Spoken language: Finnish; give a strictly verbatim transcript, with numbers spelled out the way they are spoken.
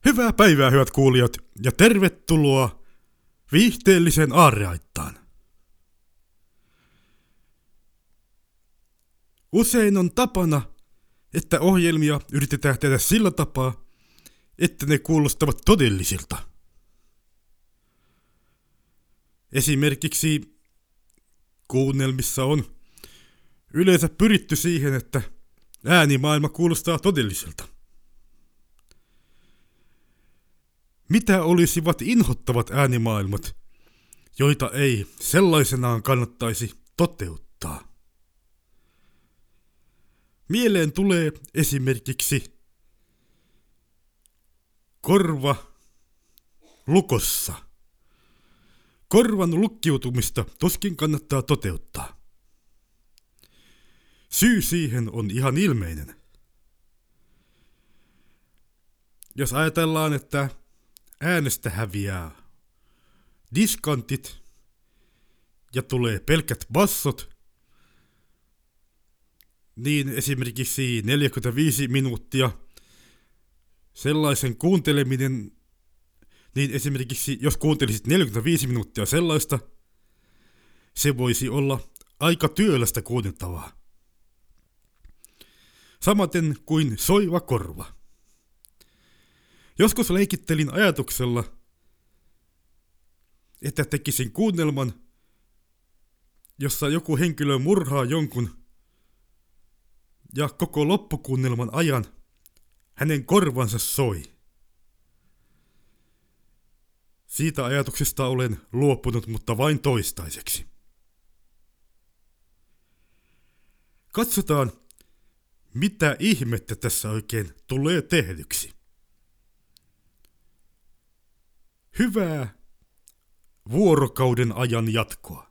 Hyvää päivää, hyvät kuulijat, ja tervetuloa viihteelliseen aarreaittaan. Usein on tapana, että ohjelmia yritetään tehdä sillä tapaa, että ne kuulostavat todellisilta. Esimerkiksi kuunnelmissa on yleensä pyritty siihen, että äänimaailma kuulostaa todelliselta. Mitä olisivat inhottavat äänimaailmat, joita ei sellaisenaan kannattaisi toteuttaa? Mieleen tulee esimerkiksi korva lukossa. Korvan lukkiutumista tuskin kannattaa toteuttaa. Syy siihen on ihan ilmeinen. Jos ajatellaan, että äänestä häviää diskantit ja tulee pelkät bassot, niin esimerkiksi neljäkymmentäviisi minuuttia sellaisen kuunteleminen, niin esimerkiksi jos kuuntelisit neljäkymmentäviisi minuuttia sellaista, se voisi olla aika työlästä kuunneltavaa. Samaten kuin soiva korva. Joskus leikittelin ajatuksella, että tekisin kuunnelman, jossa joku henkilö murhaa jonkun, ja koko loppukuunnelman ajan hänen korvansa soi. Siitä ajatuksesta olen luopunut, mutta vain toistaiseksi. Katsotaan, mitä ihmettä tässä oikein tulee tehdyksi. Hyvää vuorokauden ajan jatkoa.